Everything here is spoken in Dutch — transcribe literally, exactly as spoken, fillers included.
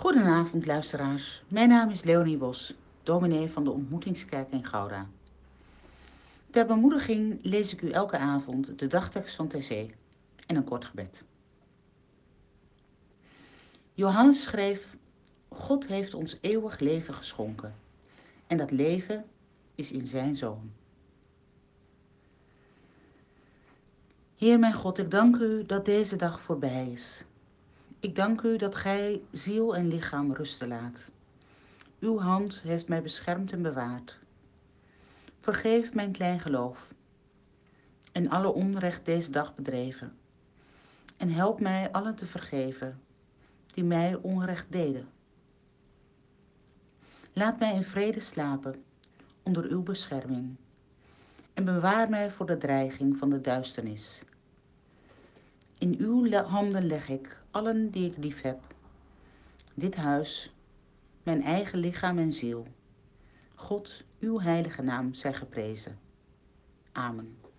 Goedenavond luisteraars, mijn naam is Leonie Bos, dominee van de Ontmoetingskerk in Gouda. Ter bemoediging lees ik u elke avond de dagtekst van T C en een kort gebed. Johannes schreef: God heeft ons eeuwig leven geschonken en dat leven is in zijn Zoon. Heer mijn God, ik dank u dat deze dag voorbij is. Ik dank u dat gij ziel en lichaam rusten laat. Uw hand heeft mij beschermd en bewaard. Vergeef mijn klein geloof en alle onrecht deze dag bedreven. En help mij allen te vergeven die mij onrecht deden. Laat mij in vrede slapen onder uw bescherming en bewaar mij voor de dreiging van de duisternis. In uw handen leg ik allen die ik lief heb, dit huis, mijn eigen lichaam en ziel. God, uw heilige naam zij geprezen. Amen.